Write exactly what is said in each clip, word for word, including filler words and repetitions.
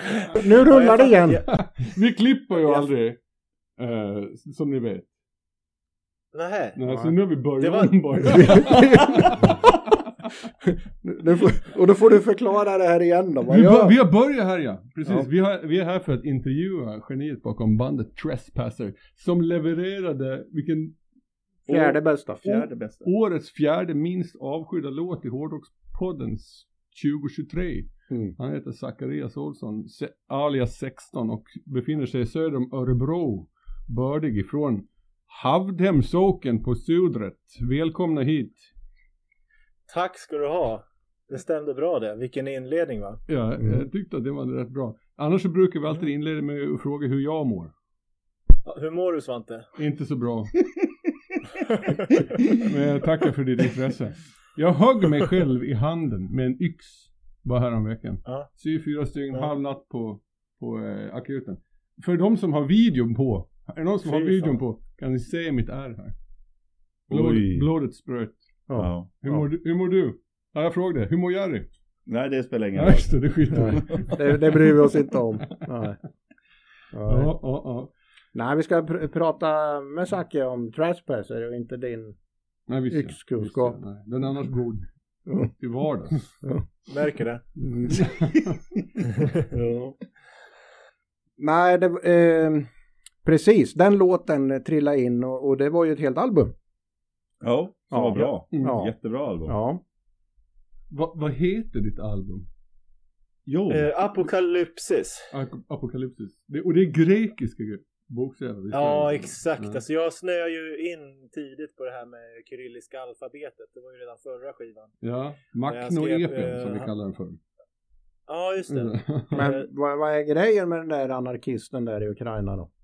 Nu rullar det igen. Vi klipper ju aldrig, eh, som ni vet. Nähä. Nej, så nu har vi börjat Det var- om bara. Nu får, och då får du förklara det här igen då. Vad Vi, gör? bör, vi har börjat här, ja. Precis. Ja. Vi, har, vi är här för att intervjua geniet bakom bandet Trespasser. Som levererade, vilken... Fjärde bästa. Fjärde bästa. Årets fjärde minst avskydda låt i Hårdrockspoddens tjugo tjugotre. Mm. Han heter Zacharias Olsson, se, alias sexton, och befinner sig söder om Örebro. Bördig ifrån Havdhemsåken på Sudret. Välkomna hit. Tack ska du ha. Det stämde bra det. Vilken inledning, va? Ja, Mm. jag tyckte att det var rätt bra. Annars så brukar vi alltid inleda med att fråga hur jag mår. Ja, hur mår du, Svante? Inte så bra. Men jag tackar för ditt intresse. Jag högg mig själv i handen med en yx bara här om veckan. Ja. Sy fyra stygn, Ja. halv natt på, på eh, akuten. För de som har videon på, är det någon som Fy har videon fan. på, kan ni se mitt ärr här. Blod, Oj. blodet spröt. Ja. Ja. Hur, mår du, hur mår du? Ja, jag frågade, hur mår Jerry? Nej, det spelar ingen Ja, roll. just det, det skiter Nej, vi. det, det bryr vi oss inte om. Nej. Ja, Ja. ja, ja. Nej, vi ska pr- prata med Zacke om Trespasser och inte din. Nej, visst, ja. Yxkunskap. Visst, ja. Nej, den är annars god Ja. till vardags. Märker det? Mm. Ja. Nej, det, eh, precis. Den låten trillade in och, och det var ju ett helt album. Ja, så Ja. var bra. Mm. Ja. Jättebra album. Ja. Va, vad heter ditt album? Jo. Eh, Apokalypsis. Ap- Apokalypsis. Det, och det är grekiska bokstäver. visst är Ja, det? exakt. Ja. Alltså jag snöar ju in tidigt på det här med kyrilliska alfabetet. Det var ju redan förra skivan. Ja, Jag skrev, Makno-epen som vi eh, kallar den för. Ja, just det. Mm. Men vad, vad är grejen med den där anarkisten där i Ukraina då?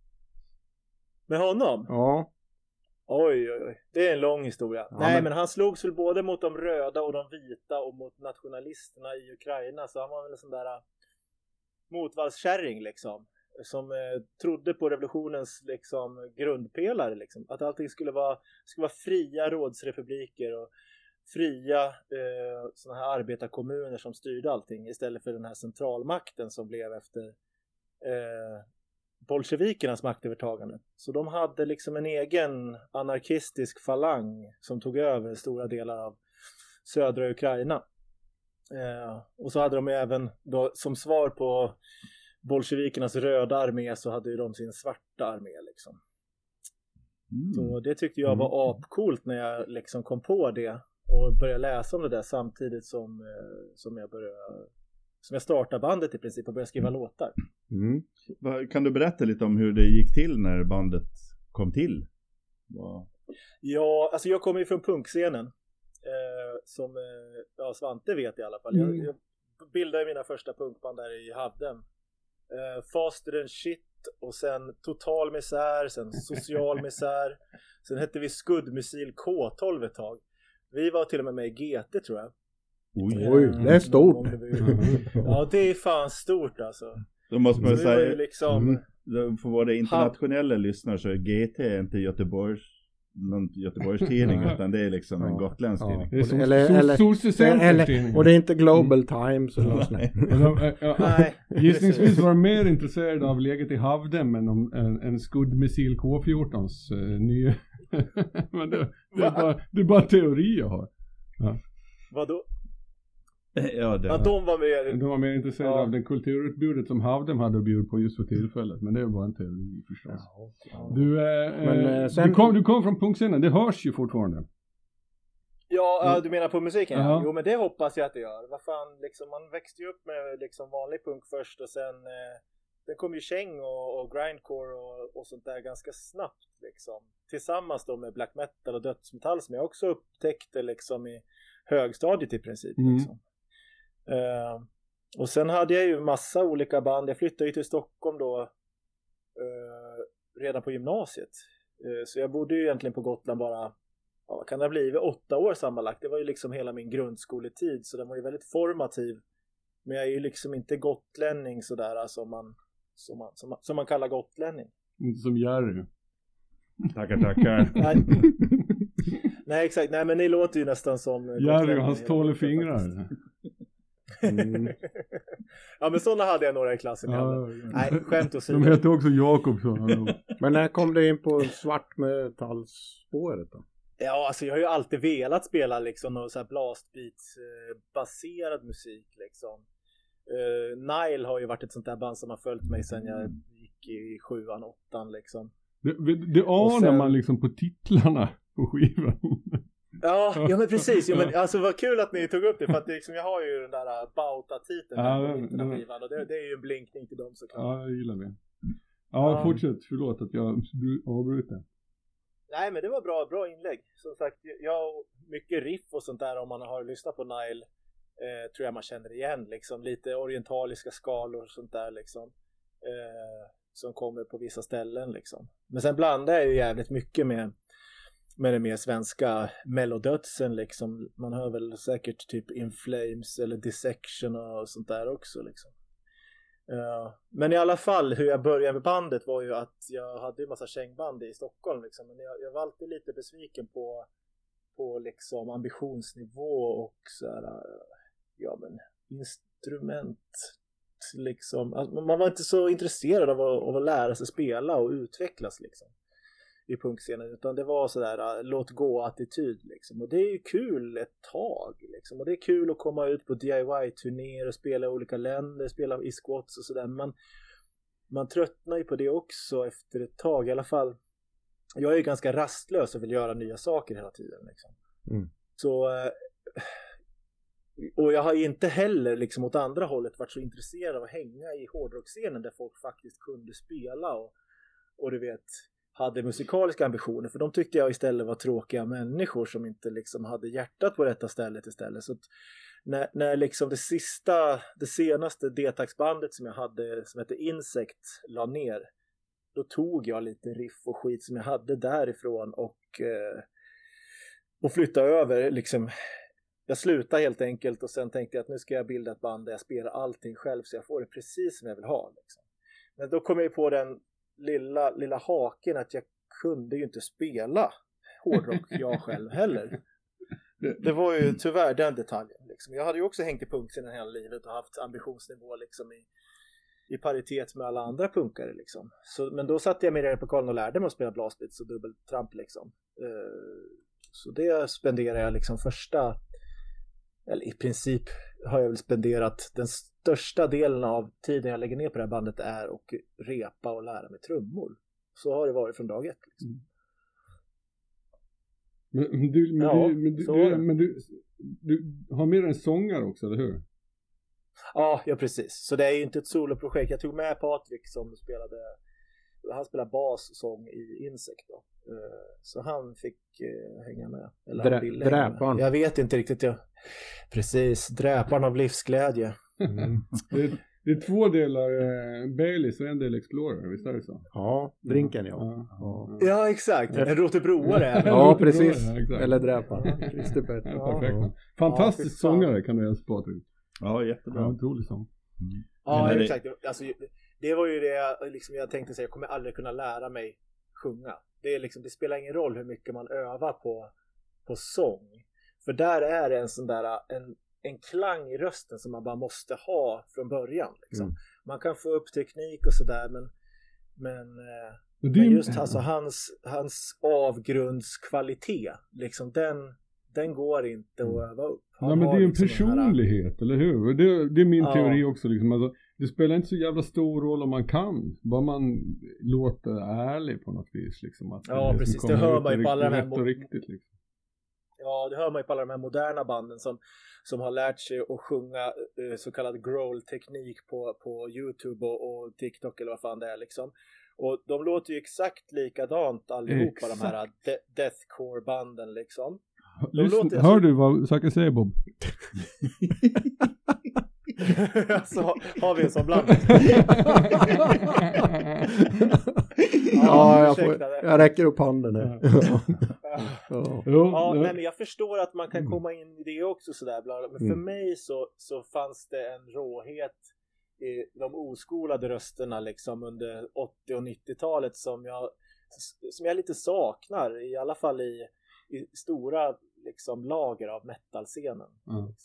Med honom? Ja. Oj, oj, oj. Det är en lång historia. Ja, Nej, men- men... han slogs väl både mot de röda och de vita och mot nationalisterna i Ukraina. Så han var väl en sån där uh, motvallskärring liksom. Som eh, trodde på revolutionens liksom grundpelare liksom. Att allting skulle vara, skulle vara fria rådsrepubliker och fria eh, såna här arbetarkommuner som styrde allting. Istället för den här centralmakten som blev efter eh, bolsjevikernas maktövertagande. Så de hade liksom en egen anarkistisk falang som tog över stora delar av södra Ukraina. Eh, och så hade de även då, som svar på bolsjevikernas röda armé, så hade ju de sin svarta armé liksom. Mm. Så det tyckte jag var apcoolt när jag liksom kom på det och började läsa om det där samtidigt som, eh, som jag började som jag startade bandet i princip och började skriva mm. låtar. Mm. Vad- Kan du berätta lite om hur det gick till när bandet kom till? Vad- Ja, alltså jag kommer ju från punkscenen. Eh, som eh, ja, Svante vet i alla fall. Jag, Mm. jag bildade mina första punkband där i Havden. Eh, Faster than shit och sen Total misär, sen Social misär. Sen hette vi Skuddmissil K tolv ett tag. Vi var till och med med i G T tror jag. Oj. Oj, det är stort. Ja, det är fan stort alltså. Då måste man Så vi var ju säga, liksom... Mm. då för våra internationella lyssnare så är G T inte Göteborgs någon Göteborgs tidning utan det är liksom en Ja. gotländsk Ja. tidning. Det är som Eller- eller- Sossecenters Eller, tidning. och det är inte Global Times eller något sånt. Och de, äh, ja, Nej, gissningsvis var de mer intresserade av läget i Havden än om en, en skuddmissil K fjortons eh, nya. Men det, det, är bara, det är bara teori jag har. vadå? Ja, det Ja, de var med. De var mer intresserade Ja. av det kulturutbudet som Havden hade att bjuda på just för tillfället. Men det är bara en teori förstås. Du, eh, Men, eh, eh, sen- du, kom, du kom från punkscenen, det hörs ju fortfarande. Ja, ja, du menar på musiken? Ja. Ja. Jo, men det hoppas jag att det gör. Vad fan, liksom, man växte ju upp med liksom vanlig punk först och sen eh, sen kom ju käng och, och grindcore och, och sånt där ganska snabbt liksom. Tillsammans då med black metal och dödsmetall som jag också upptäckte liksom i högstadiet i princip. Mm. Liksom. Eh, och sen hade jag ju massa olika band. Jag flyttade ju till Stockholm då eh, redan på gymnasiet. Eh, så jag bodde ju egentligen på Gotland bara, ja, vad kan det ha blivit, åtta år sammanlagt. Det var ju liksom hela min grundskoletid, så den var ju väldigt formativ. Men jag är ju liksom inte gotlänning sådär alltså, som, man, som, man, som, man, som man kallar gotlänning. Inte som Jerry. Tackar, tackar. Nej. Nej, exakt. Nej, men ni låter ju nästan som Jerry och hans tolv fingrar. Mm. Ja, men sådana hade jag några i klassen. Ja, ja, ja. Nej, skämt åsido. De heter också Jakobsson. Men när kom du in på svartmetallspåret då? Ja, alltså jag har ju alltid velat spela liksom någon så här blastbeats eh, baserad musik liksom. Uh, Nile har ju varit ett sånt där band som har följt mig sedan jag gick i sjuan, åttan liksom. Det, det anar sen, man liksom på titlarna på skivan. Ja, ja men precis. Ja, men, alltså vad kul att ni tog upp det, för att det, liksom, jag har ju den där Bauta-titeln ja, på den här skivan, och det, det är ju en blinkning till dem såklart. Ja, jag gillar det. Ja, ja. Fortsätt. Förlåt att jag avbryter. Nej, men det var bra, bra inlägg. Som sagt, jag mycket riff och sånt där, om man har lyssnat på Nile, eh, tror jag man känner igen liksom. Lite orientaliska skalor och sånt där liksom. Eh, som kommer på vissa ställen liksom. Men sen blandar jag ju jävligt mycket med med det mer svenska mellodödsen liksom. Man hör väl säkert typ In Flames eller Dissection och sånt där också liksom. Uh, men i alla fall, hur jag började med bandet var ju att jag hade ju massa kängband i Stockholm liksom. Men jag, jag var alltid lite besviken på på liksom ambitionsnivå och så här, ja men instrument liksom. Alltså, man var inte så intresserad av att, av att lära sig spela och utvecklas liksom i punkscenen, utan det var sådär låt gå attityd liksom. Och det är ju kul ett tag liksom, och det är kul att komma ut på D I Y-turnéer och spela i olika länder, spela i squats och sådär. Man, man tröttnar ju på det också efter ett tag i alla fall. Jag är ju ganska rastlös och vill göra nya saker hela tiden liksom. Mm. Så och jag har inte heller liksom åt andra hållet varit så intresserad av att hänga i hårdrockscenen där folk faktiskt kunde spela och, och du vet hade musikaliska ambitioner, för de tyckte jag istället var tråkiga människor som inte liksom hade hjärtat på rätta stället istället. Så att när, när liksom det sista, det senaste D-taxbandet som jag hade som hette Insect la ner, då tog jag lite riff och skit som jag hade därifrån och eh, och flyttade över liksom. Jag slutade helt enkelt och sen tänkte jag att nu ska jag bilda ett band där jag spelar allting själv så jag får det precis som jag vill ha liksom. Men då kom jag på den lilla, lilla haken att jag kunde ju inte spela hårdrock jag själv heller. Det var ju tyvärr den detaljen liksom. Jag hade ju också hängt i punkscenen hela livet och haft ambitionsnivå liksom i, i paritet med alla andra punkare liksom. Så, men då satte jag mig i repokalen och lärde mig att spela blastbeats och dubbeltramp liksom. Uh, så det spenderade jag liksom första, eller i princip har jag väl spenderat den största delen av tiden jag lägger ner på det här bandet är att repa och lära mig trummor. Så har det varit från dag ett liksom. Mm. Men, du, men, ja, du, men, du, du, men du, du har med en sångare också, eller hur? Ja, ja precis. Så det är ju inte ett soloprojekt. Jag tog med Patrik som spelade, han spelar bas och sång i Insect då. Så han fick uh, hänga med. Eller Drä, han ville dräparen. Jag vet inte riktigt. Jag... Precis, dräparen av livsglädje. Mm. det, det är två delar eh, Baileys och en del Explorer, visst är det så? Ja, drinken ja. Ja, ja. Ja exakt, en rotebroare är det. Ja, precis. Ja, exakt. Eller dräparen. Just det, ja, perfekt. Fantastisk ja, sångare kan du ens Patrik. Ja, jättebra. Ja, otrolig sång. Mm. Ja, det... exakt. Alltså, det var ju det jag, liksom, jag tänkte säga, jag kommer aldrig kunna lära mig sjunga. Det, är liksom, det spelar ingen roll hur mycket man övar på, på sång. För där är det en sån där en, en klang i rösten som man bara måste ha från början. Liksom. Mm. Man kan få upp teknik och sådär, men, men, men, men just alltså, hans, hans avgrundskvalitet, liksom, den, den går inte att öva upp. Han ja, men det är ju en liksom personlighet, här... eller hur? Det, det är min ja. teori också. Liksom. Alltså, det spelar inte så jävla stor roll om man kan. Bara man låter ärlig på något vis. Liksom, att ja, det precis. Det hör man ju på alla de här... Rätt och riktigt, liksom. Ja, det hör man ju på alla de här moderna banden som, som har lärt sig att sjunga eh, så kallad growl-teknik på, på YouTube och, och TikTok eller vad fan det är liksom. Och de låter ju exakt likadant allihopa, exakt. De här de- deathcore-banden liksom. De Lyssna, låter, hör du vad Zacke säger, Bob? Så har vi en sån bland. Ja, jag, får, jag räcker upp handen här. ja, ja, nej, men jag förstår att man kan komma in i det också sådär. Men för mm. mig så, så fanns det en råhet i de oskolade rösterna liksom under åttio- och nittiotalet som jag, som jag lite saknar, i alla fall i, i stora liksom lager av metalscenen. Mm.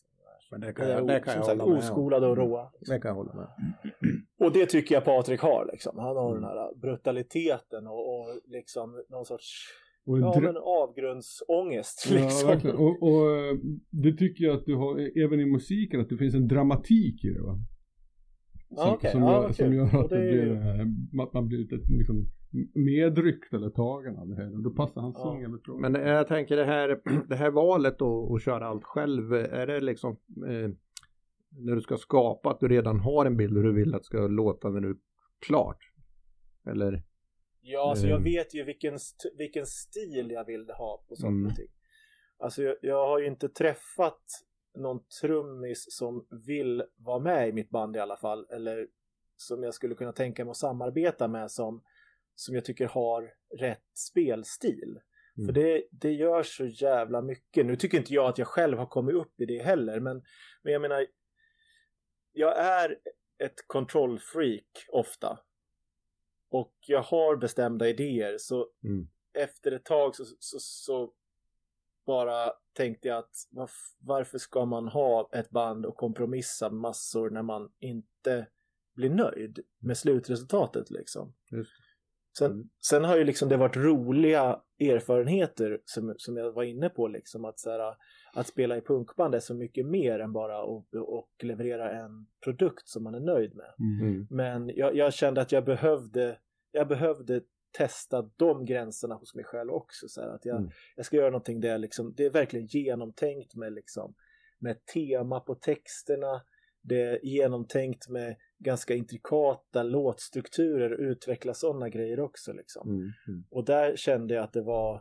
Men det kan jag, jag, det kan som jag sagt, hålla med oskolade om. och råa. Det kan jag hålla med. Och det tycker jag Patrik har liksom. Han har mm. den här brutaliteten och, och liksom någon sorts och ja, dra- men avgrundsångest liksom. Ja, verkligen. Och, och det tycker jag att du har även i musiken, att det finns en dramatik i det, va? Som, Ja, okay. som, ja, gör, som gör att det det är... blir, att man blir lite liksom medryckt eller tagen av det här. Och då passar han sång ja. väldigt bra. Men jag tänker det här, det här valet att, att köra allt själv, är det liksom eh, när du ska skapa att du redan har en bild hur du vill att det ska låta när du är klart? Eller? Ja, alltså jag vet ju vilken, st- vilken stil jag vill ha på saker Mm. och ting. Alltså jag, jag har ju inte träffat någon trummis som vill vara med i mitt band i alla fall. Eller som jag skulle kunna tänka mig att samarbeta med som, som jag tycker har rätt spelstil. Mm. För det, det gör så jävla mycket. Nu tycker inte jag att jag själv har kommit upp i det heller. Men, men jag menar, jag är ett kontrollfreak ofta. Och jag har bestämda idéer. Så mm. efter ett tag så, så, så bara tänkte jag att varf- varför ska man ha ett band och kompromissa massor när man inte blir nöjd med slutresultatet liksom. Just. Sen, mm. sen har ju liksom det varit roliga erfarenheter som, som jag var inne på liksom att, så här, att spela i punkband är så mycket mer än bara att och leverera en produkt som man är nöjd med. Mm. Men jag, jag kände att jag behövde jag behövde testa de gränserna hos mig själv också så här, att jag, mm. jag ska göra någonting där liksom, det är verkligen genomtänkt med liksom med tema på texterna, det är genomtänkt med ganska intrikata låtstrukturer, utveckla sådana grejer också liksom. Mm. Mm. Och där kände jag att det var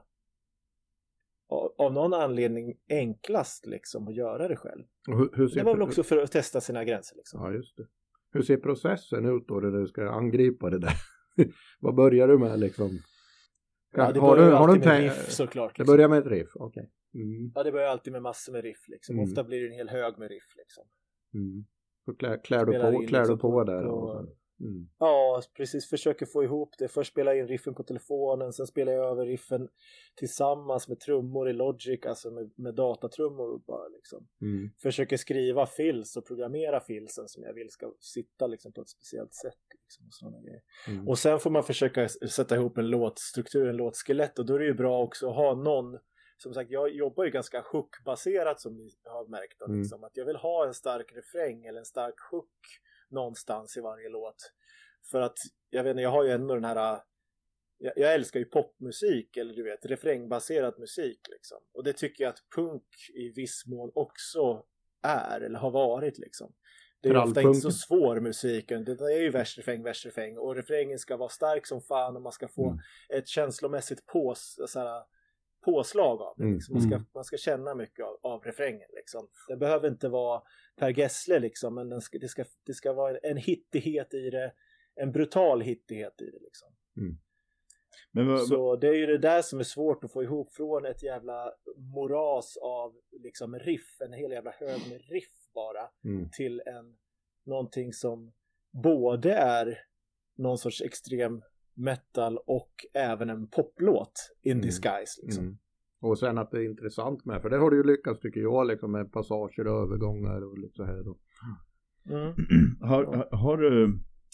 av, av någon anledning enklast liksom att göra det själv. Hur, hur ser det var väl pro- också för att testa sina gränser liksom. Ja, just det. Hur ser processen ut då när du ska angripa det där? Vad börjar du med liksom? Ja, det har börjar du, har alltid du med tänk... riff såklart. Liksom. Det börjar med ett riff, okej. Okay. Mm. Ja, det börjar alltid med massor med riff liksom. Mm. Ofta blir det en hel hög med riff liksom. Mm. Så klär, klär, du på, klär liksom du på, på där? på, och mm. Ja, precis. Försöker få ihop det. Först spela in riffen på telefonen, sen spelar jag över riffen tillsammans med trummor i Logic, alltså med, med datatrummor bara liksom. Mm. Försöker skriva fills och programmera filsen som jag vill ska sitta liksom på ett speciellt sätt liksom, och sådana grejer. Mm. Och sen får man försöka sätta ihop en låtstruktur, en låtskelett, och då är det ju bra också att ha någon. Som sagt, jag jobbar ju ganska hook-baserat som ni har märkt då, liksom, mm. att jag vill ha en stark refräng eller en stark hook någonstans i varje låt. För att, jag vet inte, jag har ju ändå den här, jag, jag älskar ju popmusik, eller du vet, refrängbaserad musik liksom. Och det tycker jag att punk i viss mån också är, eller har varit liksom. Det är ofta inte så svår musik, det är ju vers, refräng, vers, refräng, och refrängen ska vara stark som fan och man ska få mm. ett känslomässigt pås, så här, påslag av det. Liksom. Man, ska, man ska känna mycket av, av refrängen. Liksom. Det behöver inte vara Per Gessle, liksom, men den ska, det, ska, det ska vara en hittighet i det. En brutal hittighet i det. Liksom. Mm. Men vad, Så det är ju det där som är svårt att få ihop från ett jävla moras av liksom, riff. En hel jävla hög med riff bara. Mm. Till en någonting som både är någon sorts extrem metal och även en poplåt in mm. disguise liksom. Mm. Och sen att det är intressant med, för det har du ju lyckats tycker jag liksom, med passager och övergångar och lite så här då. Mm. har, har, har du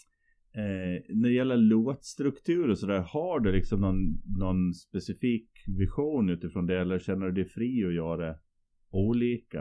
eh, när det gäller låtstruktur och sådär, har du liksom någon, någon specifik vision utifrån det, eller känner du dig fri att göra olika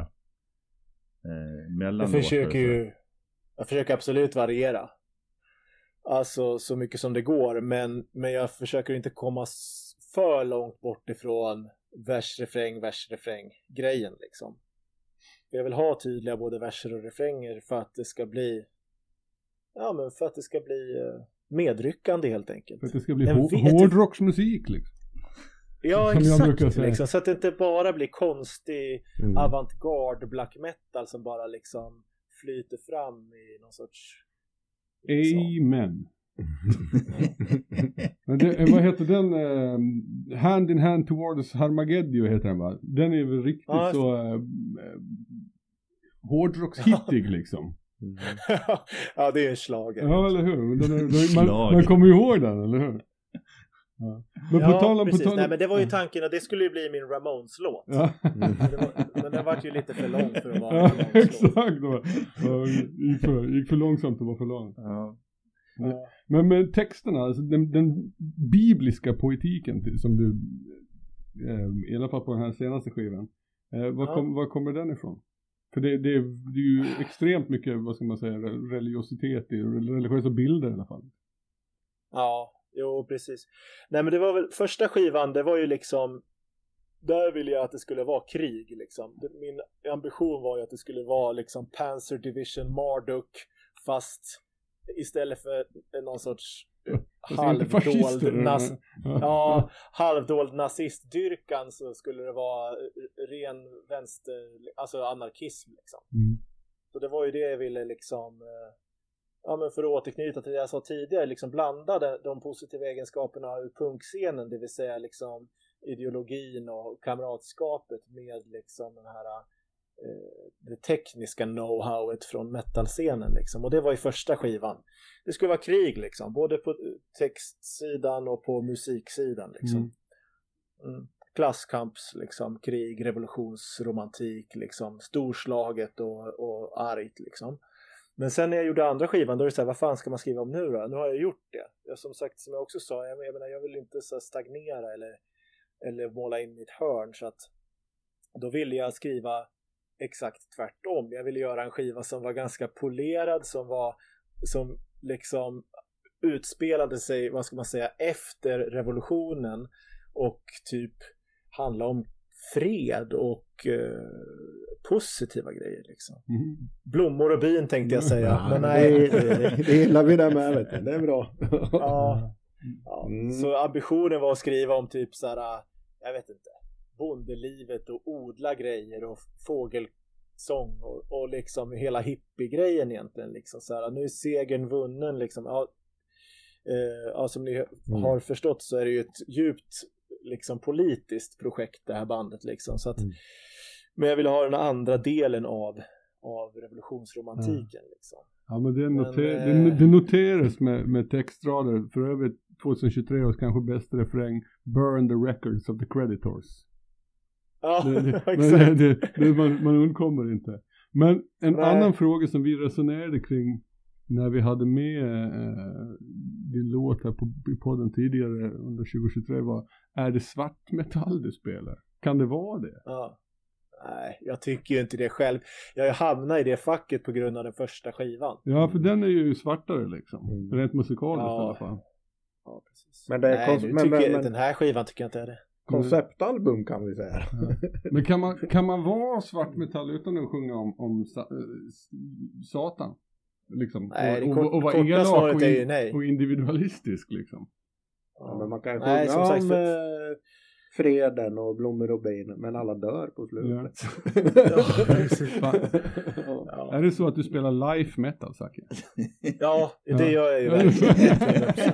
eh, mellan jag försöker ju jag försöker absolut variera. Alltså så mycket som det går, men, men jag försöker inte komma för långt bort ifrån vers, refräng, vers, refräng grejen liksom. Jag vill ha tydliga både verser och refränger för att det ska bli ja men för att det ska bli medryckande helt enkelt. För att det ska bli ho- hårdrocksmusik liksom. Ja exakt liksom, så att det inte bara blir konstig mm. avantgarde black metal som bara liksom flyter fram i någon sorts Amen. Men det, vad heter den? Uh, Hand in Hand Towards Armageddon heter den, va? Den är väl riktigt ja, så uh, hårdrockshittig liksom. Mm. Ja, det är en schlager. Ja, eller hur? Den är, den, man, man kommer ju ihåg den, eller hur? Ja. Men på ja, tal om... precis. På tal om... Nej, men det var ju tanken att det skulle ju bli min Ramones-låt. Ja. Men, det var, men den var ju lite för lång för att vara Ja, en Ramones-låt. exakt. Då. Ja, gick, för, gick för långsamt och var för långt. Ja. Ja. Men med texterna, alltså den, den bibliska poetiken till, som du, eh, i alla fall på den här senaste skivan, eh, var, Ja. kom, var kommer den ifrån? För det, det, det är ju extremt mycket, vad ska man säga, religiositet i, religiösa bilder i alla fall. Ja, jo precis. Nej men det var väl, första skivan det var ju liksom, där ville jag att det skulle vara krig liksom. Det, min ambition var ju att det skulle vara liksom Panzer Division Marduk, fast istället för någon sorts halvdold nas- ja, halvdold nazistdyrkan så skulle det vara ren vänster, alltså anarkism liksom. Mm. Så det var ju det jag ville liksom, ja men för att återknyta till det jag sa tidigare, liksom blanda de, de positiva egenskaperna ur punkscenen, det vill säga liksom ideologin och kamratskapet med liksom den här eh, det tekniska know-howet från metalscenen liksom. Och det var ju första skivan. Det skulle vara krig liksom, både på textsidan och på musiksidan liksom. Mm. Mm. Klasskamps liksom, krig, revolutionsromantik liksom, storslaget och, och argt liksom. Men sen när jag gjorde andra skivan då är det så här, vad fan ska man skriva om nu då? Nu har jag gjort det. Jag, som sagt, som jag också sa, jag, jag menar, jag vill inte så stagnera eller, eller måla in mitt hörn, så att då ville jag skriva exakt tvärtom. Jag ville göra en skiva som var ganska polerad, som var som liksom utspelade sig, vad ska man säga, efter revolutionen och typ handla om fred och eh, positiva grejer liksom. Mm. Blommor och bin tänkte jag säga, Ja, men nej. Det, det, det gillar vi där med, vet du. Det är bra. Ja, ja. Mm. Så ambitionen var att skriva om typ så här, jag vet inte, bondelivet och odla grejer och fågelsång och, och liksom hela hippie-grejen egentligen liksom så här, nu är segern vunnen liksom. Ja, eh, ja, som ni Mm. har förstått så är det ju ett djupt liksom politiskt projekt det här bandet liksom, så att Mm. men jag vill ha den andra delen av av revolutionsromantiken Mm. liksom. Ja, men det, noter, Men, det, eh, det noteras med, med textrader. För övrigt tjugohundratjugotre års kanske bästa refräng, Burn the records of the creditors. Ja, Det, det, men exakt. det, det, man, man undkommer inte. Men en Nej. annan fråga som vi resonerade kring när vi hade med eh, din låt här på, i podden tidigare under tjugohundratjugotre var, är det svart metall du spelar? Kan det vara det? Ja. Nej, jag tycker ju inte det själv. Jag hamnade i det facket på grund av den första skivan. Ja, för den är ju svartare liksom. Mm. Rent musikaliskt Ja. i alla fall. Ja, precis. Men det är Nej, kons- nu men- tycker men- jag, men- den här skivan tycker jag inte är det. Konceptalbum kan vi säga. Ja. Men kan man, kan man vara svart metall utan att sjunga om, om sa, äh, Satan? Liksom. Nej, det och, kort- och, och vara korta elak svaret och, är ju in, nej. och individualistisk liksom. Ja, men man kan ju Nej, sjunga som sagt, om för- eh, freden och blommor och bin, men alla dör på slutet. Fan. Ja. Är det så att du spelar life metal, Zacke? Ja, det Ja. gör jag ju verkligen. hundra procent.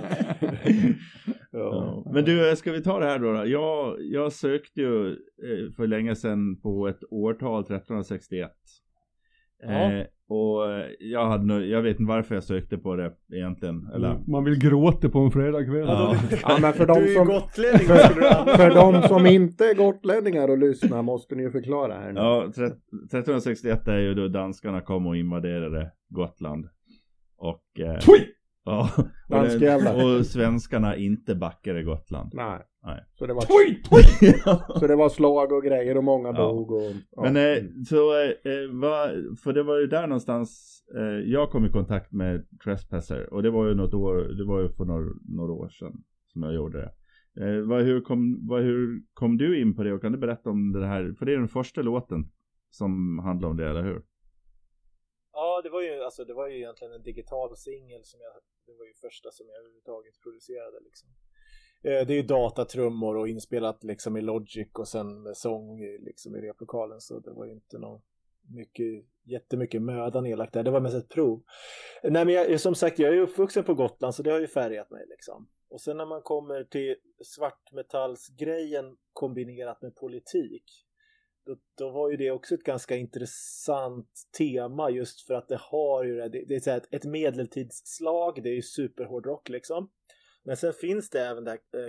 Ja. Men du, ska vi ta det här då? då? Jag, jag sökte ju eh, för länge sedan på ett årtal trettonhundrasextioett. Ja. Eh, och jag hade nu, jag vet inte varför jag sökte på det egentligen. Eller, Man vill gråta på en fredagkväll. Ja, då- Ja, men för de du är ju som- gotlänning, skulle du använda. För de som inte är gotlänningar och lyssnar måste ni ju förklara här nu. ja, trettonhundrasextioett är ju då danskarna kom och invaderade Gotland. Och, eh, ja, och, Danskjävlar. det, och svenskarna inte backade Gotland. Nej. Nej. Så det var så det var slag och grejer och många Ja. dog och ja. Men eh, så eh, var, för det var ju där någonstans eh, jag kom i kontakt med Trespasser, och det var ju något år, det var ju för några, några år sedan som jag gjorde det. Eh, vad, hur, kom, vad, hur kom du in på det, och kan du berätta om det här, för det är den första låten som handlar om det, eller hur? Ja, det var ju alltså det var ju egentligen en digital singel som jag, det var ju första som jag överhuvudtaget producerade liksom. Eh, det är ju datatrummor och inspelat liksom i Logic och sen med sång i, liksom i replokalen, så det var ju inte någon mycket, jättemycket möda nedlagt där. Det var mest ett prov. Nej, men jag, som sagt, jag är uppvuxen på Gotland, så det har ju färgat mig liksom. Och sen när man kommer till svartmetallsgrejen kombinerat med politik, Då, då var ju det också ett ganska intressant tema, just för att det har ju det, det är så här ett, ett medeltidsslag, det är ju superhårdrock liksom. Men sen finns det även den eh,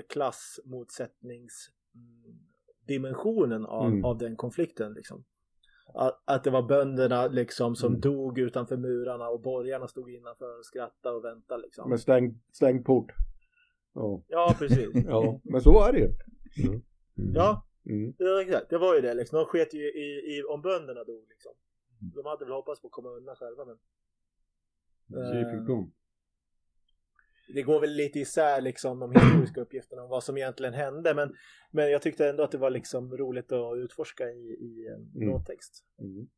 klassmotsättningsdimensionen av, Mm. av den konflikten liksom. Att, att det var bönderna liksom som Mm. dog utanför murarna och borgarna stod innanför och skrattade och väntade liksom. Med stängd, stängd port. Ja. Ja, precis. Ja, men så är det ju. Mm. Ja, Mm. ja, exakt. Det var ju det liksom. De sket ju i, i om bönderna dog liksom. De hade väl hoppats på att komma undan själva, men Det fick de. det går väl lite isär liksom de historiska uppgifterna om vad som egentligen hände, men, men jag tyckte ändå att det var liksom roligt att utforska i, i en Mm. låttext. Mm.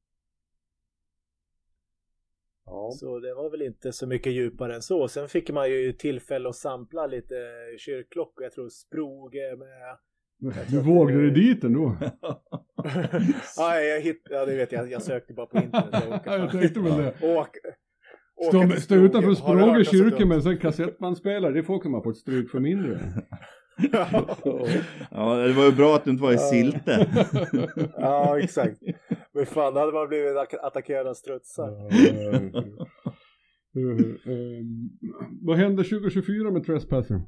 Ja. Så det var väl inte så mycket djupare än så. Sen fick man ju tillfälle att sampla lite kyrkklockor. Jag tror Sproge med... Du vågade dig dit ändå. ja, jag hitt... ja, det vet jag. Jag sökte bara på internet. Jag, Ja, jag tänkte väl det. Åk... Stå, stå utanför Har du Språnge hört kyrka något med en sån kassettbandspelare. Det får man fått stryk för mindre. Ja, det var ju bra att du inte var i Silte. Ja, exakt. Men fan, då hade man blivit attack- attackerad av strutsar. Uh, um, vad händer tjugo tjugofyra med Trespasser?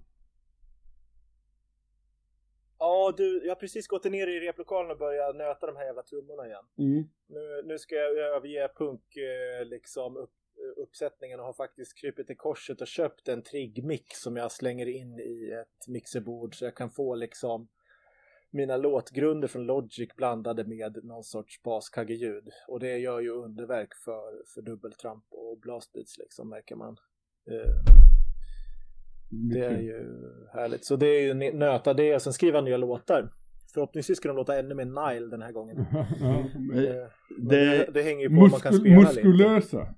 Ja, du, jag har precis gått ner i replokalen och börjat nöta de här jävla trummorna igen. Mm. Nu, nu ska jag överge punk eh, liksom upp, uppsättningen och har faktiskt krypit till korset och köpt en Trigg-mix som jag slänger in i ett mixerbord så jag kan få liksom mina låtgrunder från Logic blandade med någon sorts baskaggeljud. Och det gör ju underverk för, för dubbeltramp och blastbeats liksom, märker man. Eh, det är ju härligt. Så det är ju nöta det och sen skriva nya låtar. Förhoppningsvis ska de låta ännu mer Nile den här gången. Ja, Eh, det, det, det hänger ju på om man kan muskul- spela muskulösa.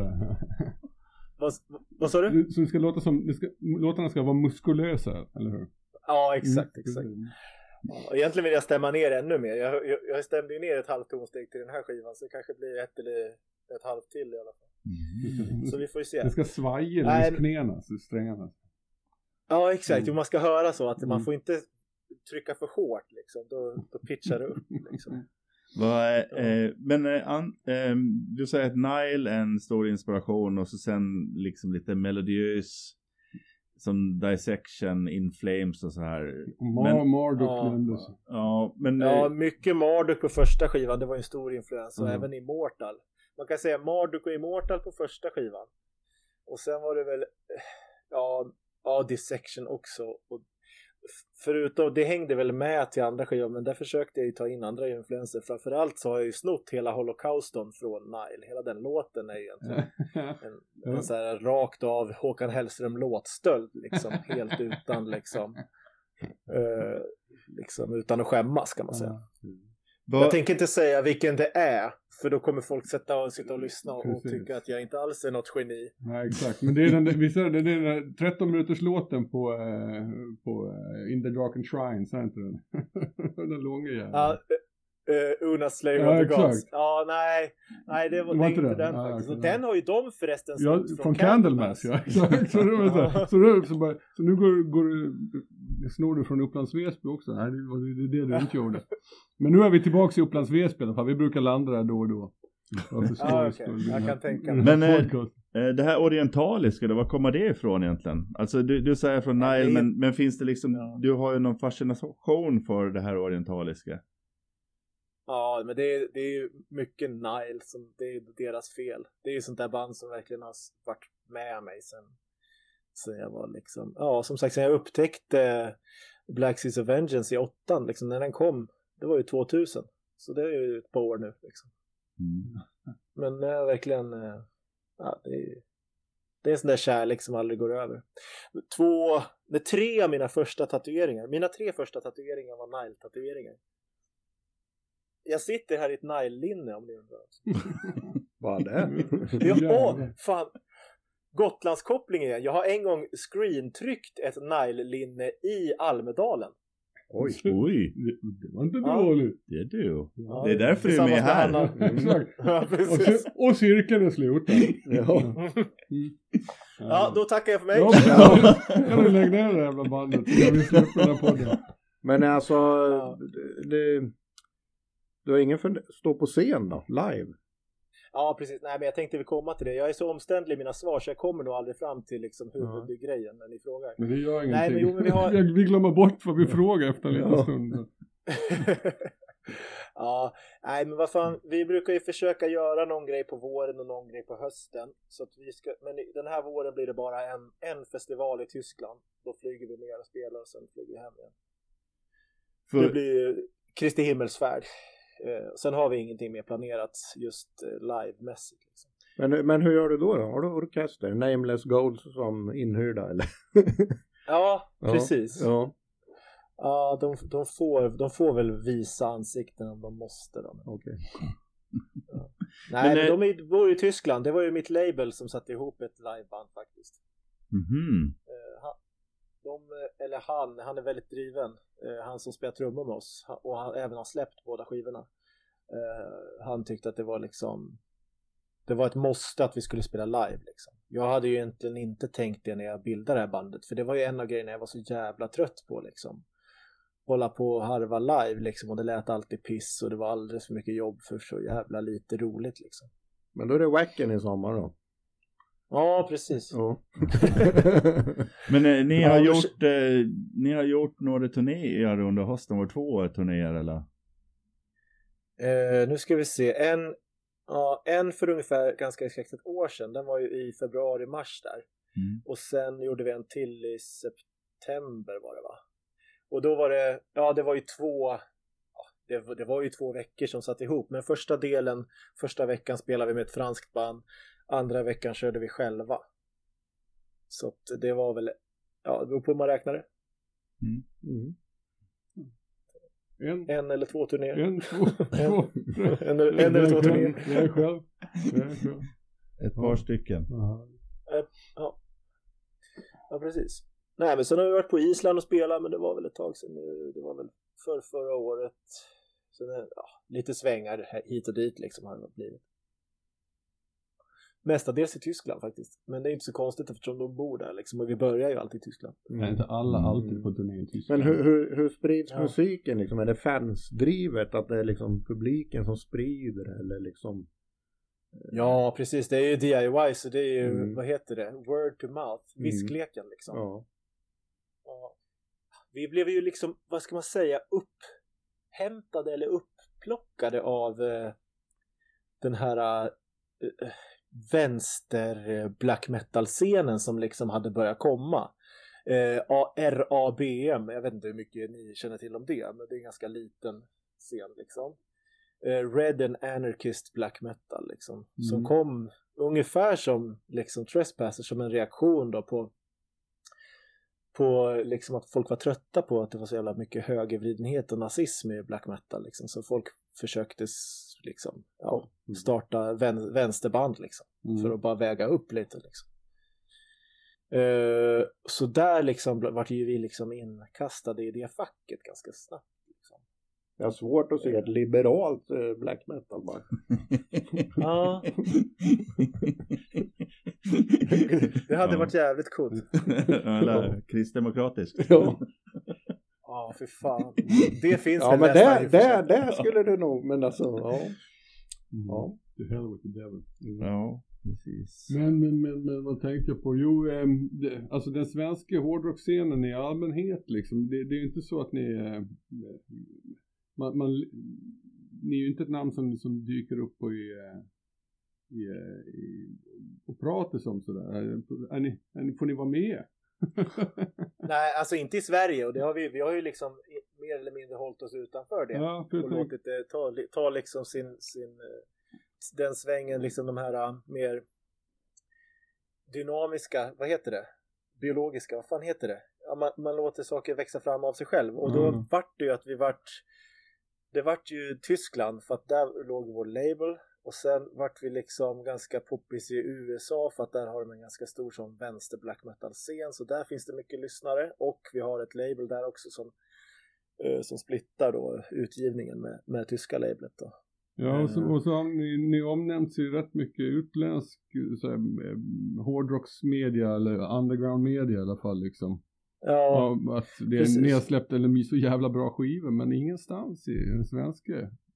Vad, vad sa du? Så det ska låta som, det ska, låtarna ska vara muskulösa, eller hur? Ja, exakt, Mm. exakt. Ja, egentligen vill jag stämma ner ännu mer. Jag, jag, jag stämde ju ner ett halvt tonsteg till den här skivan, så det kanske blir ett eller ett halvt till i alla fall. Mm. Så vi får ju se. Det ska svaja Nej. längs knäna, så strängarna. Ja, exakt. Mm. Man ska höra så att man Mm. får inte trycka för hårt liksom. Då, då pitchar det upp liksom. vad, eh, men eh, an, eh, du säger att Nile är en stor inspiration och så sen liksom lite melodiös som Dissection, In Flames och så här. Mar- Men- Marduk Ja. nämndes. Ja, men Ja, eh, mycket Marduk på första skivan. Det var en stor influens. Och Mm. även Immortal. Man kan säga Marduk och Immortal på första skivan. Och sen var det väl ja, ja Dissection också. Och förutom, det hängde väl med till andra skivan, men där försökte jag ju ta in andra influenser. Framförallt så har jag ju snott hela Holocauston från Nile. Hela den låten är ju egentligen en, en så här rakt av Håkan Hellström låtstöld liksom, helt utan liksom, uh, liksom utan att skämmas kan man säga. vad, Jag tänker inte säga vilken det är, för då kommer folk sätta och sitta och lyssna och Precis. tycka att jag inte alls är något geni. Nej, exakt. Men det är den, visst är det, det är den där tretton minuters låten på, eh, på eh, In the Dark and Shrines, är inte den? Den långa jäveln. Ja, uh, Una Slave Ja, of the Gods. exakt. Ja, nej, nej det var, Det var det är inte inte den. den Ja, faktiskt. okej, Och nej. den har ju de förresten Ja, snott från, från Candlemass, ja, exakt. Så, det var så, Ja. så, det, så, bara, så nu går, går du, snor du från Upplands Väsby också. Nej, det var det, det, det du inte gjorde. Men nu är vi tillbaka i Upplands Väsby i alla fall. Vi brukar landa där då och då. Ja, okej. Jag kan tänka mig. Men, eh, eh, det här orientaliska då, var kommer det ifrån egentligen? Alltså du, du säger från Ja, Nile, det är- men, men finns det liksom, Ja. du har ju någon fascination för det här orientaliska. Ja, men det är, det är ju mycket Nile som det är deras fel. Det är ju sånt där band som verkligen har varit med mig sen, sen jag var liksom, ja som sagt sen jag upptäckte Black Seas of Vengeance i åttan liksom, när den kom, det var ju tvåtusen. Så det är ju ett par år nu liksom. Mm. Men det är verkligen, eh, ja det är det är en sån där kärlek som aldrig går över. Två, med tre av mina första tatueringar, mina tre första tatueringar var Nile-tatueringar. Jag sitter här i ett Nile-linne om ni undrar. Vad är det? Ja, åh, fan. Gotlandskoppling igen. Jag har en gång screentryckt ett Nile-linne i Almedalen. Oj. Oj, Det, det var inte Ja. dåligt. det är du. Ja, Det är därför du är med tillsammans med här. Hanna. Exakt. Ja, Och, precis. cir- och cirkeln är sluten. Ja. Mm. Ja, då tackar jag för mig. Ja, kan du lägga ner det jävla bandet? Så kan vi släppa den här podden. Men alltså, Ja. det, det, du har ingen för stå på scen då, live? Ja, precis. Nej, men jag tänkte vi komma till det. Jag är så omständlig i mina svar så jag kommer nog aldrig fram till liksom huvudgrejen när ni frågar. Men det gör ingenting. Nej, men jo, men vi, har... vi glömmer bort vad vi frågar efter en liten ja. stund. Ja, nej men vad fan, vi brukar ju försöka göra någon grej på våren och någon grej på hösten. Så att vi ska, men den här våren blir det bara en, en festival i Tyskland. Då flyger vi ner och spelar och sen flyger vi hem igen. För... Det blir Kristi himmelsfärd. Eh, sen har vi ingenting mer planerat just eh, live-mässigt liksom. Men, men hur gör du då då? Har du orkester? Nameless Gold som inhyrda eller? Ja, precis. Ja. Ja, de, de, får, de får väl visa ansikten om de måste då. Okej. Okay. Ja. Nej, men, men de är, bor i Tyskland. Det var ju mitt label som satte ihop ett liveband faktiskt. Mhm. Uh, han, de, eller han, han är väldigt driven. Uh, han som spelar trummor med oss. Och han även har släppt båda skivorna. Uh, han tyckte att det var liksom... Det var ett måste att vi skulle spela live liksom. Jag hade ju egentligen inte tänkt det när jag bildade det här bandet. För det var ju en av grejerna jag var så jävla trött på liksom. Hålla på och harva live liksom. Och det lät alltid piss. Och det var alldeles för mycket jobb för så jävla lite roligt liksom. Men då är det Wacken i sommar då? Ja, precis. Ja. Men eh, ni, har gjort, eh, ni har gjort några turnéer under hösten. Var två turnéer eller? Eh, nu ska vi se. En... Ja, en för ungefär ganska exakt ett år sedan. Den var ju i februari-mars där. Mm. Och sen gjorde vi en till i september var det va? Och då var det, ja det var ju två, ja, det, det var ju två veckor som satt ihop. Men första delen, första veckan spelade vi med ett franskt band. Andra veckan körde vi själva. Så att det var väl, ja det beror på hur man räknar det. Mm. Mm. En, en eller två turnéer. En, två, två. en, en, en eller två turnéer. Jag är själv. Jag är själv. Ett par ja. stycken. Ja. ja. Ja, precis. Nej, men sen har vi varit på Island och spelat, men det var väl ett tag sedan. Det var väl för förra året. Så ja, lite svängar hit och dit liksom har det blivit. Mestadels i Tyskland faktiskt. Men det är inte så konstigt eftersom de bor där liksom. Och vi börjar ju alltid i Tyskland. Mm. Är inte alla alltid på turné i Tyskland? Men hur, hur, hur sprids ja. musiken liksom? Är det fansdrivet? Att det är liksom publiken som sprider? Eller liksom... Ja, precis. Det är ju D I Y. Så det är ju, mm. vad heter det? Word to mouth. Viskleken liksom. Ja. Ja. Vi blev ju liksom, vad ska man säga, upphämtade eller upplockade av eh, den här... Eh, vänster black metal scenen som liksom hade börjat komma. eh, R A B M, jag vet inte hur mycket ni känner till om det, men det är en ganska liten scen liksom. eh, Red and Anarchist black metal liksom, mm. som kom ungefär som liksom Trespasser, som en reaktion då på på liksom att folk var trötta på att det var så jävla mycket högervridenhet och nazism i black metal liksom, så folk försökte liksom ja, starta vän, vänsterband liksom, mm. för att bara väga upp lite liksom. Uh, så där liksom vart ju vi liksom inkastade i det facket ganska snabbt liksom. Jag har svårt att se ett liberalt uh, black metal bara. Ja. Det hade ja. varit jävligt coolt. Eller kristdemokratiskt. Ja. Ja, för fan. Det finns ja, men där, där, där skulle det nog, men alltså, ja. Mm. Ja. The hell with the devil. Mm. Ja, precis. Men, men, men, men vad tänkte jag på? Jo, eh, det, alltså den svenska hårdrockscenen i allmänhet liksom, det, det är ju inte så att ni eh, man, man, ni är ju inte ett namn som, som dyker upp och i, i, i och pratar som sådär. Är ni, är ni, får ni vara med? Nej, alltså inte i Sverige, och det har vi, vi har ju liksom mer eller mindre hållit oss utanför det. Ja, och låtit det ta, ta liksom sin, sin den svängen, liksom de här mer dynamiska, vad heter det? Biologiska, vad fan heter det? Ja, man, man låter saker växa fram av sig själv, och då mm. vart det ju att vi vart det vart ju Tyskland, för att där låg vår label. Och sen vart vi liksom ganska poppis i U S A, för att där har de en ganska stor som vänster black metal scen. Så där finns det mycket lyssnare. Och vi har ett label där också som, uh, som splittar då utgivningen med, med tyska lablet då. Ja, och så, och så har ni, ni omnämnt ju rätt mycket utländsk så här, hårdrocksmedia eller underground media i alla fall liksom. Ja, ja, att det är nedsläppt eller så jävla bra skivor, men ingenstans i den svenska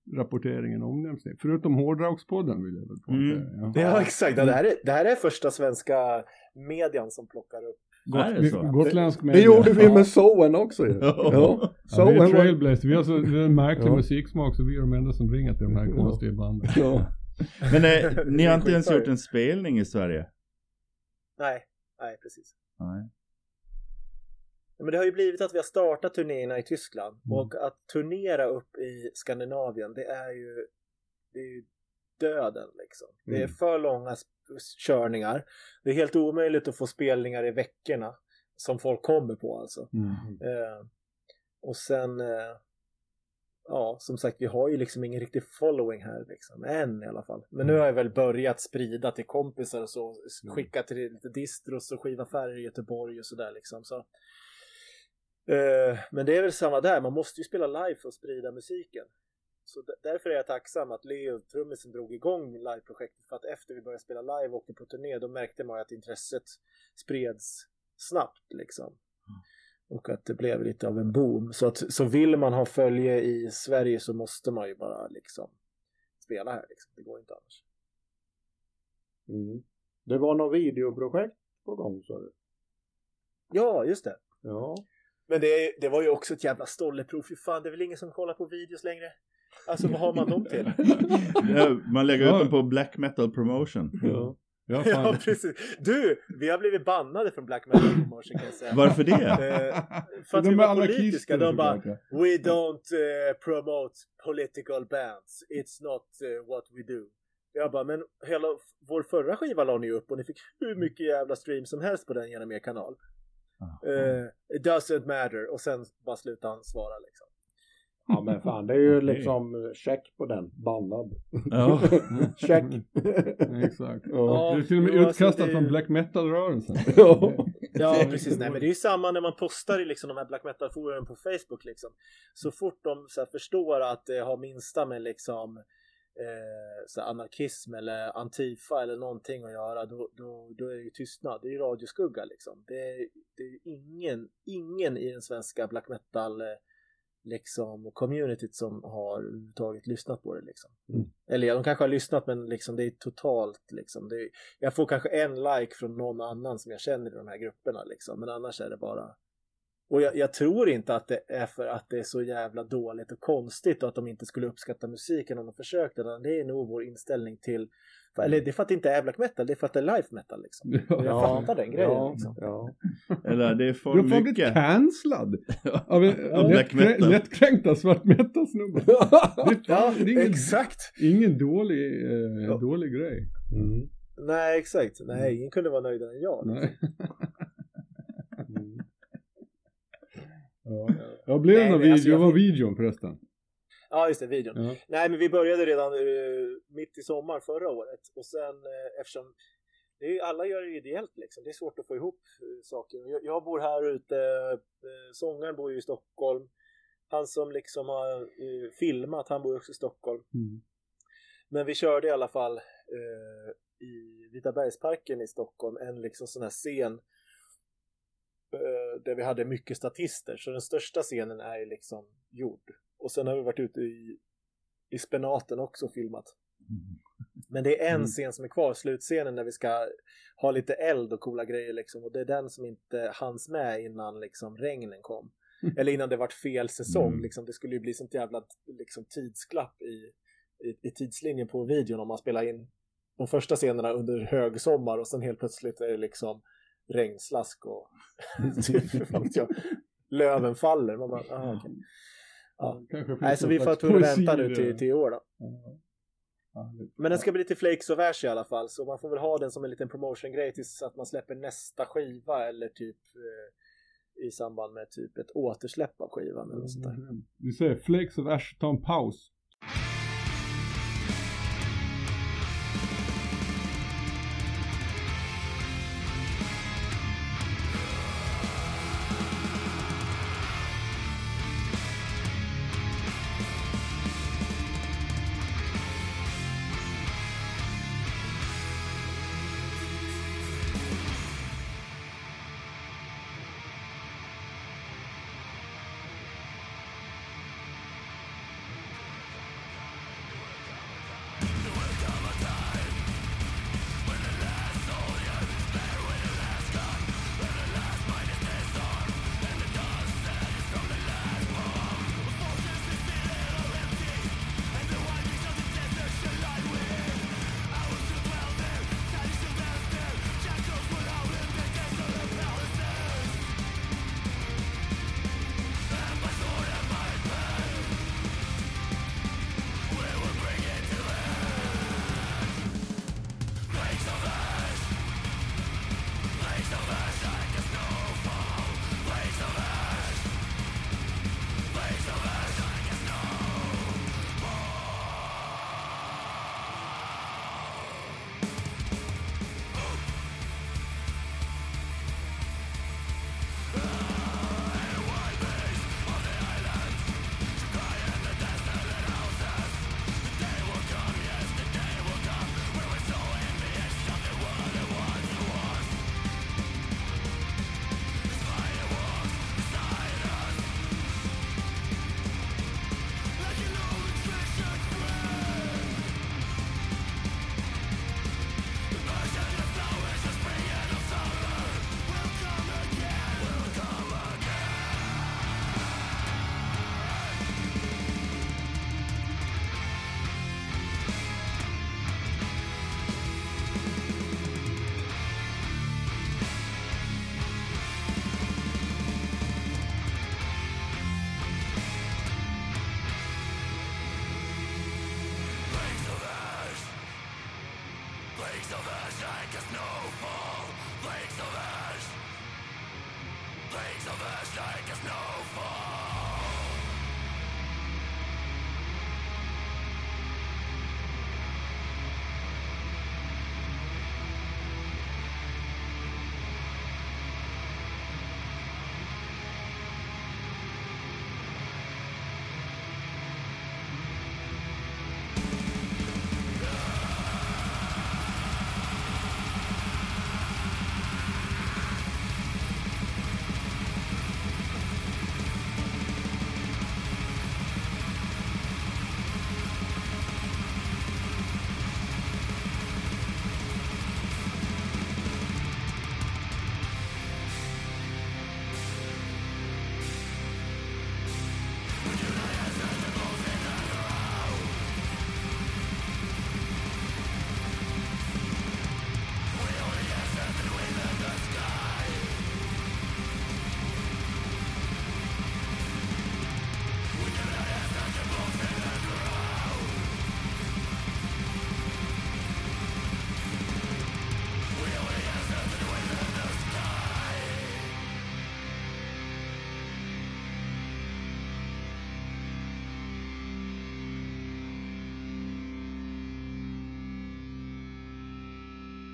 rapporteringen omnämns det. Förutom Hårdrockspodden vill jag väl poängtera. Mm. Ja. Ja, exakt. Ja, det, här är, det här är första svenska median som plockar upp. Gott, Är det så? Gotländsk Det media. gjorde vi Ja. med Soen också ju. Ja. Ja, vi Soen är var... trailblazers. Vi har så vi har en märklig Ja. musiksmak så vi är de enda som ringer till de här konstiga banden. Ja. Men eh, ni har inte ens Skitbra. gjort en spelning i Sverige? Nej, nej precis. Nej. Men det har ju blivit att vi har startat turnéerna i Tyskland. Mm. Och att turnera upp i Skandinavien, det är ju, det är ju döden liksom. Det är Mm. för långa sp- körningar. Det är helt omöjligt att få spelningar i veckorna som folk kommer på alltså. Mm. Eh, och sen eh, ja, som sagt, vi har ju liksom ingen riktig following här liksom, än i alla fall. Men nu har jag väl börjat sprida till kompisar och så, skicka till lite distros och skivaffärer i Göteborg och sådär liksom, så eh, men det är väl samma där, man måste ju spela live för att sprida musiken. Så d- därför är jag tacksam att Leo, trummisen, drog igång liveprojektet, för att efter vi började spela live och åkte på turné, då märkte man att intresset spreds snabbt liksom. Och att det blev lite av en boom. Så, att, så vill man ha följe i Sverige så måste man ju bara liksom spela här liksom. Det går inte annars. Mm. Det var något videoprojekt på gång, så du. Ja, just det. Ja. Men det, det var ju också ett jävla stolleprov. Fy fan, det är väl ingen som kollar på videos längre. Alltså, vad har man dem till? Ja, man lägger Ja. ut dem på black metal promotion. Ja. Ja, Ja, fan. precis. Du, vi har blivit bannade från Black Metal Promotion, kan jag säga. Varför det? Eh, för att De vi är var anarkister, politiska. De bara, såklart, we don't uh, promote political bands. It's not uh, what we do. Jag bara, men hela vår förra skiva la ni upp och ni fick hur mycket jävla stream som helst på den genom er kanal. Uh, it doesn't matter. Och sen bara sluta han svara liksom. Ja, men fan, det är ju liksom check på den. Bannad. Ja. Check. Exakt. Ja. Du är till och med jo, alltså, utkastad det- från black metal-rörelsen. Ja. Ja, precis. Nej, men det är ju samma när man postar i liksom de här black metal forumen på Facebook liksom. Så fort de så här förstår att det har minsta med liksom eh, så här anarkism eller antifa eller någonting att göra, då, då, då är det ju tystnad. Det är ju radioskugga liksom. Det är, det är ju ingen, ingen i den svenska black metal eh, liksom communityt som har överhuvudtaget lyssnat på det liksom. Mm. Eller ja, de kanske har lyssnat, men liksom det är totalt liksom, det är, jag får kanske en like från någon annan som jag känner i de här grupperna liksom, men annars är det bara, och jag, jag tror inte att det är för att det är så jävla dåligt och konstigt och att de inte skulle uppskatta musiken om de försökte, utan det är nog vår inställning till, för, eller det är för att det inte är black metal, det är för att det är live metal liksom. Ja. Jag fattar den grejen Ja, liksom. ja. Eller det är Du för har fan blivit mycket. cancellad av en Av black lättkrä- metal. lättkränkta svart metal-snubbar. Det är Ja, fan- det är ingen, exakt. ingen dålig, eh, Ja. dålig grej. Mm. Nej, exakt. Nej, ingen kunde vara nöjdare än jag. Nej. Mm. Ja. Jag blev Nej, någon men video, alltså jag vad var fick- videon förresten? Ja, just det, videon. Ja. Nej, men vi började redan uh, mitt i sommar förra året. Och sen uh, eftersom det är, alla gör det ideellt liksom. Det är svårt att få ihop uh, saker. Jag, jag bor här ute, uh, sångaren bor ju i Stockholm. Han som liksom har uh, filmat, han bor också i Stockholm. Mm. Men vi körde i alla fall uh, i Vitabergsparken i Stockholm en liksom sån här scen uh, där vi hade mycket statister. Så den största scenen är ju liksom gjord. Och sen har vi varit ute i, i spenaten också och filmat. Men det är en Mm. scen som är kvar, slutscenen, när vi ska ha lite eld och coola grejer liksom. Och det är den som inte hanns med innan liksom regnen kom. Eller innan det vart fel säsong. Mm. Liksom. Det skulle ju bli sånt jävla liksom, tidsklapp i, i, i tidslinjen på videon om man spelar in de första scenerna under högsommar och sen helt plötsligt är det liksom regnslask och typ, vad vet jag, löven faller. Man bara, aha, okej. Ja. Kanske finns Nej, så någon vi får slags tvungna poesi vänta i nu det. till, till i år då. Ja. Ja, det- Men den ska bli till Flakes och vers i alla fall. Så man får väl ha den som en liten promotion-grej tills att man släpper nästa skiva. Eller typ eh, i samband med typ ett återsläpp av skivan eller något sånt där. Vi säger Flakes of Ash, ta en paus.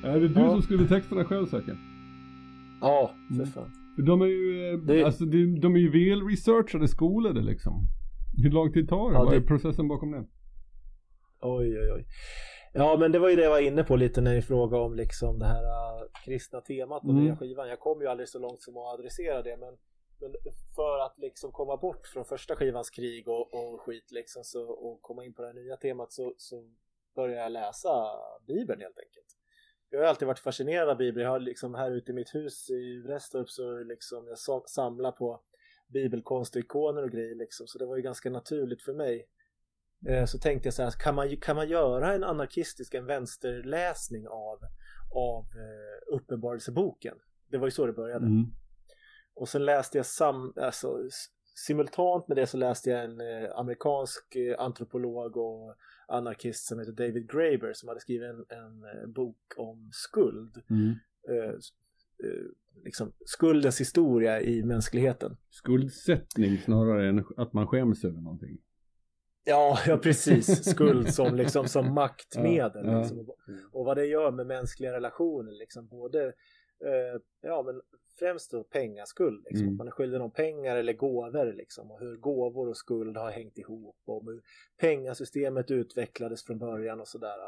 Är det du Ja. som skriver texterna själv säkert? Ja, för Mm. fan. De är ju, eh, Det- alltså, de, de är ju väl researchade skolade liksom. Hur lång tid tar det? Ja, Vad är det- processen bakom det? Oj, oj, oj. Ja, men det var ju det jag var inne på lite när vi frågade om liksom det här uh, kristna temat och Mm. nya skivan. Jag kom ju aldrig så långt som att adressera det, men, men för att liksom komma bort från första skivans krig och, och skit liksom så, och komma in på det här nya temat så, så började jag läsa Bibeln helt enkelt. Jag har alltid varit fascinerad av Bibeln. Jag har liksom här ute i mitt hus i Vrestorp så liksom jag sam- samlar på bibelkonst och ikoner och grejer liksom, så det var ju ganska naturligt för mig. Eh, så tänkte jag så här, kan man, kan man göra en anarkistisk, en vänsterläsning av, av eh, Uppenbarelseboken? Det var ju så det började. Mm. Och sen läste jag sam, alltså, s- simultant med det så läste jag en eh, amerikansk eh, antropolog och anarkist som heter David Graeber som hade skrivit en, en eh, bok om skuld. Mm. Eh, s- eh, liksom skuldens historia i mänskligheten. Skuldsättning snarare än att man skäms över någonting. Ja, ja precis. Skuld som, liksom, som maktmedel. Ja, ja. Liksom. Och, och vad det gör med mänskliga relationer. Liksom. Både, eh, ja men främst då pengaskuld. Liksom. Mm. Man är skyldig någon pengar eller gåvor. Liksom. Och hur gåvor och skuld har hängt ihop. Och hur pengasystemet utvecklades från början och sådär.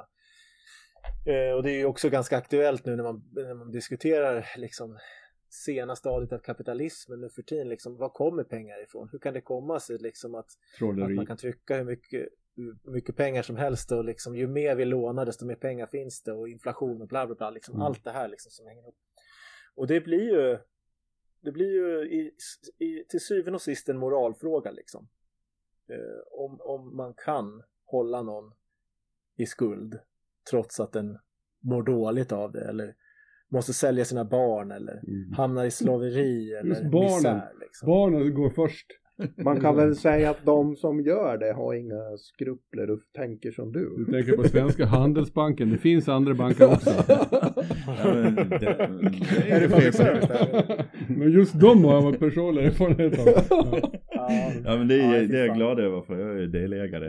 Eh, och det är ju också ganska aktuellt nu när man, när man diskuterar liksom sena stadiet av kapitalismen nu för tiden. Liksom, var kommer pengar ifrån? Hur kan det komma sig liksom att Att Trolleri. man kan trycka hur mycket, hur mycket pengar som helst och liksom, ju mer vi lånar desto mer pengar finns det och inflation och bla bla bla liksom, Mm. allt det här liksom som hänger ihop. Och det blir ju det blir ju i, i, till syvende och sist en moralfråga liksom. Eh, om, om man kan hålla någon i skuld trots att den mår dåligt av det eller måste sälja sina barn eller Mm. hamnar i slaveri eller Just barnen. misär liksom. Barnen går först. Man kan väl säga att de som gör det har inga skrupler och tänker som Du du. tänker på Svenska Handelsbanken. Det finns andra banker också. Ja, men det, det Är det public service fel. där? Men just de har jag personlig erfarenhet av. Ja. Ja, Ja, men det Ja, är, fy det är jag fan. glad över för jag är delägare.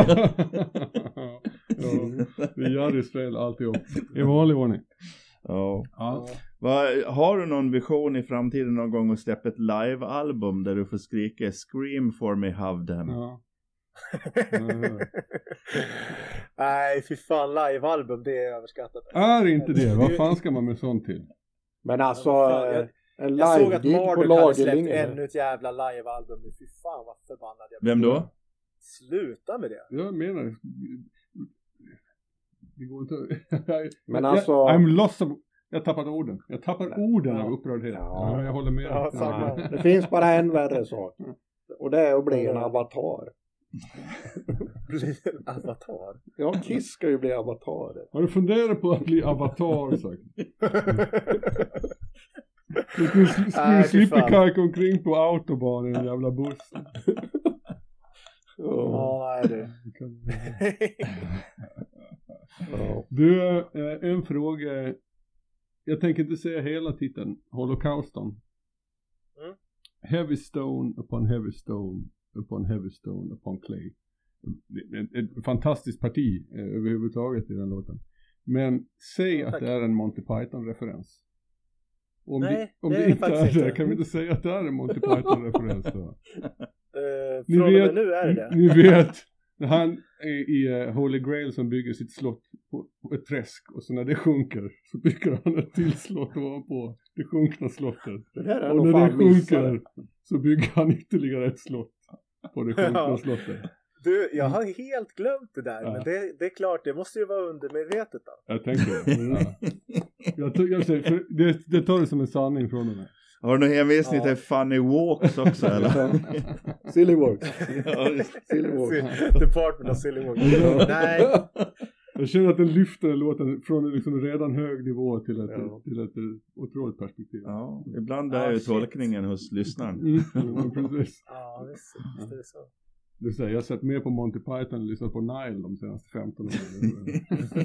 Ja, vi gör det spel alltihop. I vanlig ordning. Ja. Ja. Va, har du någon vision i framtiden någon gång att släppa ett live-album där du får skrika Scream for me, have them? Ja. Nej, fy fan, livealbum, det är överskattat. Är inte det? Vad fan ska man med sånt till? Men alltså, Ja, vad fan, jag- eh, en Jag såg att live-gig på Marduk hade släppt Lagerlinjen. ännu ett jävla livealbum. Fy fan vad förbannad jag blev. Vem då? Sluta med det. Jag menar... Det går inte... Men Jag- alltså- I'm lost of... Jag tappar orden. Jag tappar orden Ja. av upprördhet. Ja. Ja, jag håller med. Ja, dig. samma. Ja, det finns bara en värre sak. Och det är att bli en avatar. Bli en avatar. Ja, Kiss ska ju bli avatarer. Har du funderat på att bli avatar? Sagt? Du skulle, sl- skulle Nej, fy slippa fan. karka omkring på autobahn i en jävla buss. Ja. Ja, nej du. Ja. Du, eh, en fråga. Jag tänker inte säga hela titeln. Holocauston. Mm. Heavy stone upon heavy stone upon heavy stone upon clay. Ett, ett fantastiskt parti eh, överhuvudtaget i den låten. Men säg att Tack. det är en Monty Python-referens. Om Nej, det, om det det, är det inte är faktiskt det, inte. kan vi inte säga att det är en Monty Python-referens då? Uh, Ni från och vet, med nu är det det. Ni vet, när han är i uh, Holy Grail som bygger sitt slott på, på ett träsk och så när det sjunker så bygger han ett till slott ovanpå det sjunkna slottet. Det här är Och nog när det fan missat. sjunker så bygger han ytterligare ett slott på det sjunkna Ja. slottet. Du, jag har helt glömt det där. Ja. Men det, det är klart, det måste ju vara undermedvetet då. Jag tänker mm. ja. jag, t- jag säger, för det, det tar det som en sanning från mig. Har du någon hänvisning Ja. till Funny Walks också eller? Silly Works. Ja, just- Silly Works. Department of Silly Walk. Nej, Jag känner att den lyfter låten från en liksom redan hög nivå till ett, Ja. till ett otroligt perspektiv. Ja, ibland är Ja, ju shit. tolkningen hos lyssnaren. Mm, ja, precis. ja visst, visst är det så. Du säger, jag har sett mer på Monty Python och lyssnat på Nile de senaste femton åren.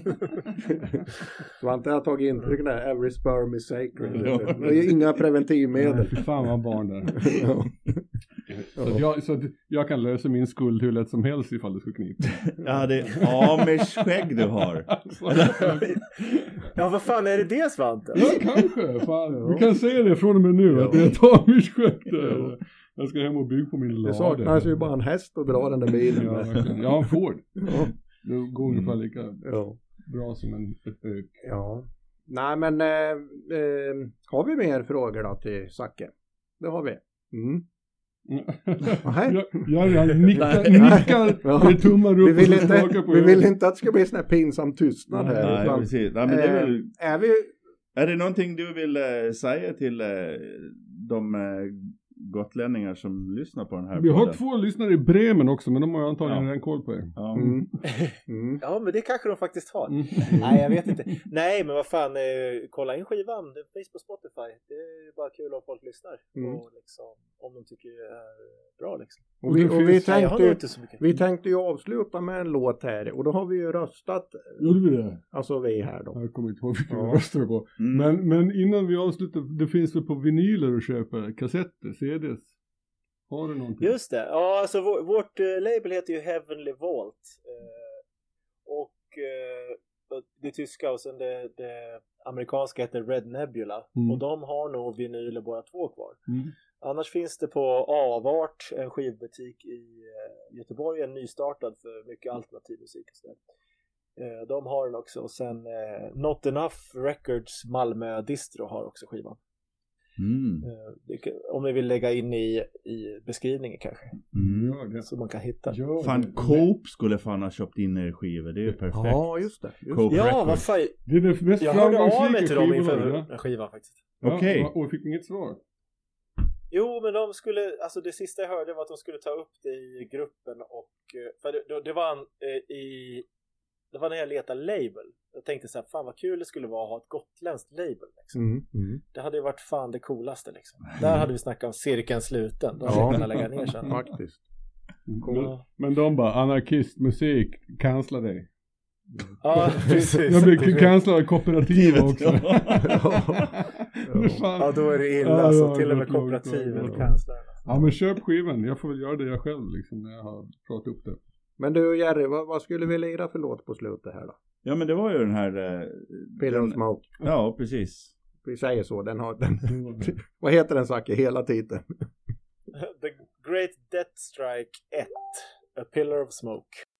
Svante har tagit intryck där. Every sperm is sacred. Ja. Det är inga preventivmedel. Nej, fy fan vad barn där. Ja. Så, att jag, så att jag kan lösa min skuld hur lätt som helst ifall det skulle knipa. Ja, det är Amish-skägg du har. Alltså, Ja, vad fan är det det, Svante? Ja, kanske. Fan. Du kan säga det från och med nu, att det är Amish-skämt. Jag ska hem och bygga på min lade. Det saknas ju bara en häst och dra den där bilen. Ja, verkligen. Jag har en Ford. Ja. Det går ungefär lika Ja. bra som en ett ök. Ja. Nej, men eh, eh, har vi mer frågor då till Zacke? Det har vi. Mm. jag, jag, jag nickar, nickar Ja. med tummar upp. Vi vill, och inte, skakar på vi vill huvudet. inte att det ska bli sån här pinsam tystnad här. Nej, utan, precis. Nej, men det är, väl, eh, är vi... är det någonting du vill eh, säga till eh, de eh, gotlänningar som lyssnar på den här Vi har podden? två lyssnare i Bremen också, men de har antagligen Ja. redan koll på er. Ja. Mm. Mm. Ja, men det kanske de faktiskt har. Mm. Nej, jag vet inte. Nej, men vad fan, eh, kolla in skivan. Det finns på Spotify. Det är ju bara kul om folk lyssnar. Mm. Och liksom, om de tycker det är bra liksom. Och vi, och vi, Nej, jag har tänkte, nog ju- inte så mycket. vi tänkte ju avsluta med en låt här. Och då har vi ju röstat. Gjorde vi det? Alltså vi här då. Jag kommer inte ihåg vilken Ja. vi röstade på. Mm. Men, men innan vi avslutar, det finns väl på vinyler att köpa kassetter, C Ds. Har du någonting? Just det. Ja, alltså vår, vårt eh, label heter ju Heavenly Vault. Eh, och eh, det tyska och sen det, det amerikanska heter Red Nebula. Mm. Och de har nog vinyler båda två kvar. Mm. Annars finns det på Avart, en skivbutik i eh, Göteborg, en nystartad för mycket alternativ musik och sådär. Eh, de har den också. Och sen eh, Not Enough Records Malmö Distro har också skivan. Mm. Eh, det, kan- om ni vill lägga in i, i beskrivningen kanske. Mm. Gör det. Så man kan hitta. Gör Fan, det. Coop skulle fan ha köpt in er skivor. Det är ju perfekt. Ja, just det. Just Coop det. Ja, Records. vad fan. Det är det mest Jag hörde av mig framgångsrika till dem skivbolaget. inför Ja. den skivan faktiskt. Ja, Okej. Och vi fick inget svar. Jo, men de skulle, alltså det sista jag hörde var att de skulle ta upp det i gruppen och, eh, för det, det var en, eh, i, det var när jag letade label. Jag tänkte så här, fan vad kul det skulle vara att ha ett gotländskt label liksom. Mm, mm. Det hade ju varit fan det coolaste liksom. Där hade vi snackat om cirkeln sluten. De Ja. skulle kunna lägga ner sen. Faktiskt. Men, men de bara, anarkistmusik, cancella dig. Ja, precis. Jag blir cancellad av kooperativ också. Ja. Fan. Ja, då är det illa. Ja, så ja, till och med gott långt, kooperativet gott långt. cancelar den. Ja, men köp skivan. Jag får väl göra det jag själv liksom, när jag har pratat upp det. Men du Jerry, vad, vad skulle vi lira för låt på slutet här då? Ja, men det var ju den här... Eh, Pillar den- of Smoke. Ja, precis. Vi säger så. Den har, den, vad heter den Zacke? Hela titeln. The Great Death Strike ett. A Pillar of Smoke.